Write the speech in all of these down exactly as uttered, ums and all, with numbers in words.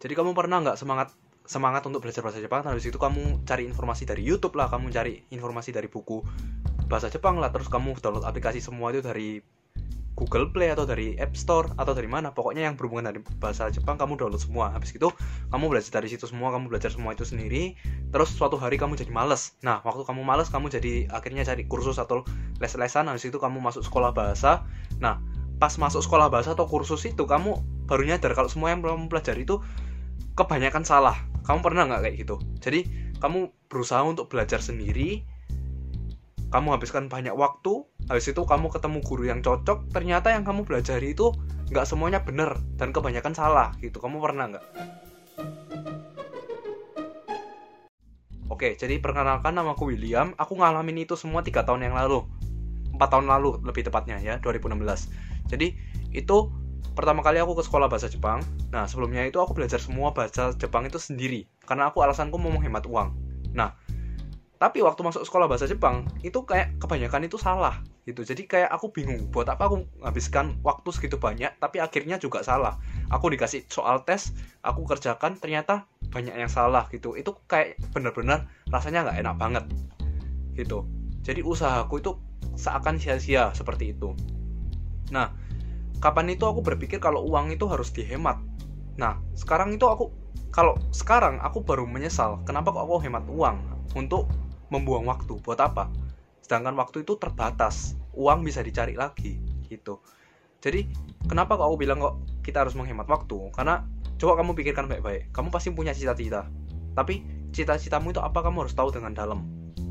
Jadi kamu pernah nggak semangat semangat untuk belajar bahasa Jepang, habis itu kamu cari informasi dari YouTube lah, kamu cari informasi dari buku bahasa Jepang lah, terus kamu download aplikasi semua itu dari Google Play atau dari App Store atau dari mana, pokoknya yang berhubungan dari bahasa Jepang kamu download semua. Habis itu kamu belajar dari situ semua, kamu belajar semua itu sendiri. Terus suatu hari kamu jadi males. Nah, waktu kamu males, kamu jadi akhirnya cari kursus atau les-lesan. Habis itu kamu masuk sekolah bahasa. Nah, pas masuk sekolah bahasa atau kursus itu, kamu baru nyadar kalau semua yang kamu pelajari itu kebanyakan salah. Kamu pernah nggak kayak gitu? Jadi kamu berusaha untuk belajar sendiri, kamu habiskan banyak waktu, habis itu kamu ketemu guru yang cocok, ternyata yang kamu pelajari itu nggak semuanya benar dan kebanyakan salah gitu. Kamu pernah nggak? Oke, jadi perkenalkan, nama aku William. Aku ngalamin itu semua tiga tahun yang lalu, empat tahun lalu lebih tepatnya ya, dua ribu enam belas. Jadi itu pertama kali aku ke sekolah bahasa Jepang. Nah, sebelumnya itu aku belajar semua bahasa Jepang itu sendiri, karena aku alasanku mau menghemat uang. Nah, tapi waktu masuk sekolah bahasa Jepang, itu kayak kebanyakan itu salah gitu. Jadi kayak aku bingung, buat apa aku habiskan waktu segitu banyak, tapi akhirnya juga salah. Aku dikasih soal tes, aku kerjakan, ternyata banyak yang salah gitu. Itu kayak benar-benar rasanya nggak enak banget gitu. Jadi usahaku itu seakan sia-sia seperti itu. Nah, kapan itu aku berpikir kalau uang itu harus dihemat. Nah, sekarang itu aku, kalau sekarang aku baru menyesal kenapa kok aku hemat uang untuk membuang waktu. Buat apa? Sedangkan waktu itu terbatas, uang bisa dicari lagi gitu. Jadi kenapa kok aku bilang kok kita harus menghemat waktu? Karena coba kamu pikirkan baik-baik, kamu pasti punya cita-cita, tapi cita-citamu itu apa, kamu harus tahu dengan dalam.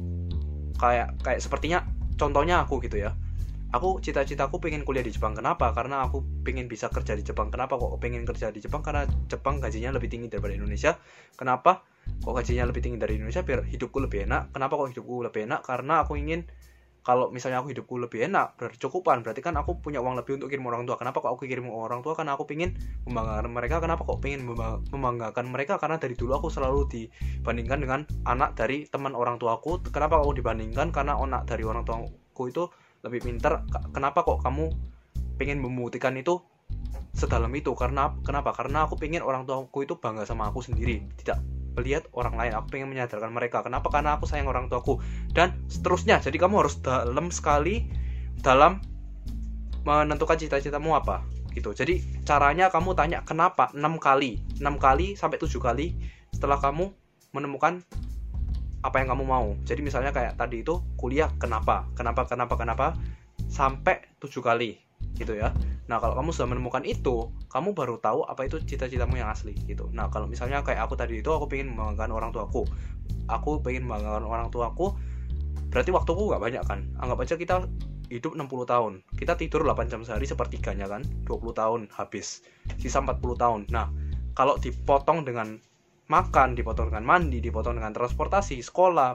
Kayak kayak sepertinya contohnya aku gitu ya. Aku cita-citaku pengen kuliah di Jepang. Kenapa? Karena aku pengen bisa kerja di Jepang. Kenapa kok pengen kerja di Jepang? Karena Jepang gajinya lebih tinggi daripada Indonesia. Kenapa kok gajinya lebih tinggi dari Indonesia? Biar hidupku lebih enak. Kenapa kok hidupku lebih enak? Karena aku ingin, kalau misalnya aku hidupku lebih enak, bercukupan, berarti kan aku punya uang lebih untuk kirim orang tua. Kenapa kok aku kirim orang tua? Karena aku pengen membanggakan mereka. Kenapa kok pengen membanggakan mereka? Karena dari dulu aku selalu dibandingkan dengan anak dari teman orang tuaku. Kenapa kok aku dibandingkan? Karena anak dari orang tuaku itu lebih pintar. Kenapa kok kamu pengen membuktikan itu sedalam itu? Karena kenapa? Karena aku pengen orang tuaku itu bangga sama aku sendiri, tidak melihat orang lain. Aku pengen menyadarkan mereka. Kenapa? Karena aku sayang orang tuaku, dan seterusnya. Jadi kamu harus dalam sekali dalam menentukan cita-citamu apa gitu. Jadi caranya kamu tanya kenapa enam kali enam kali sampai tujuh kali setelah kamu menemukan apa yang kamu mau. Jadi misalnya kayak tadi itu kuliah, kenapa? Kenapa, kenapa, kenapa sampai tujuh kali gitu ya. Nah, kalau kamu sudah menemukan itu, kamu baru tahu apa itu cita-citamu yang asli gitu. Nah, kalau misalnya kayak aku tadi itu, aku pengen membanggakan orang tuaku. Aku pengen membanggakan orang tuaku, berarti waktuku gak banyak kan. Anggap aja kita hidup enam puluh tahun. Kita tidur delapan jam sehari, sepertiganya kan, dua puluh tahun habis. Sisa empat puluh tahun. Nah, kalau dipotong dengan makan, dipotong dengan mandi, dipotong dengan transportasi, sekolah,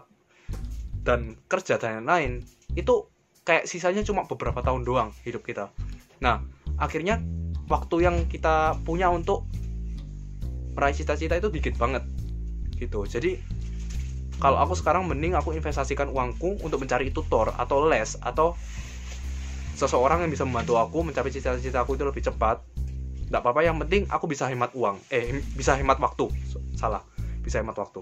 dan kerja dan lain-lain, itu kayak sisanya cuma beberapa tahun doang hidup kita. Nah, akhirnya waktu yang kita punya untuk meraih cita-cita itu dikit banget gitu. Jadi kalau aku sekarang mending aku investasikan uangku untuk mencari tutor atau les atau seseorang yang bisa membantu aku mencapai cita-cita aku itu lebih cepat. Nggak apa-apa, yang penting aku bisa hemat uang, eh bisa hemat waktu, salah, bisa hemat waktu,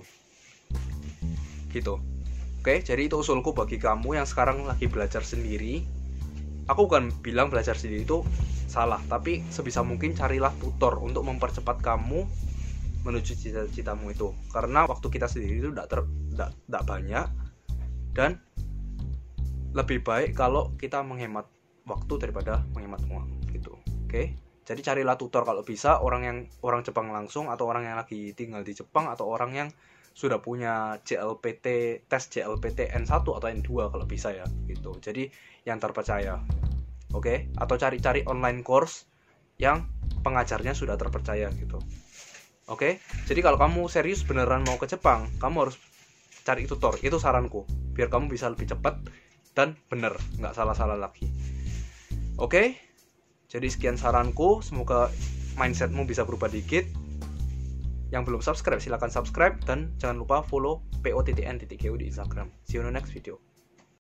gitu. Oke, jadi itu usulku bagi kamu yang sekarang lagi belajar sendiri. Aku bukan bilang belajar sendiri itu salah, tapi sebisa mungkin carilah tutor untuk mempercepat kamu menuju cita-citamu itu. Karena waktu kita sendiri itu tidak ter, tidak, tidak banyak, dan lebih baik kalau kita menghemat waktu daripada menghemat uang, gitu. Oke. Jadi carilah tutor kalau bisa, orang yang orang Jepang langsung, atau orang yang lagi tinggal di Jepang, atau orang yang sudah punya J L P T, tes J L P T N satu atau N dua kalau bisa ya gitu. Jadi yang terpercaya. Oke, atau cari-cari online course yang pengajarnya sudah terpercaya gitu. Oke. Jadi kalau kamu serius beneran mau ke Jepang, kamu harus cari tutor. Itu saranku, biar kamu bisa lebih cepat dan bener, nggak salah-salah lagi. Oke. Jadi sekian saranku, semoga mindsetmu bisa berubah dikit. Yang belum subscribe silahkan subscribe, dan jangan lupa follow P O T T N G U di Instagram. See you on the next video.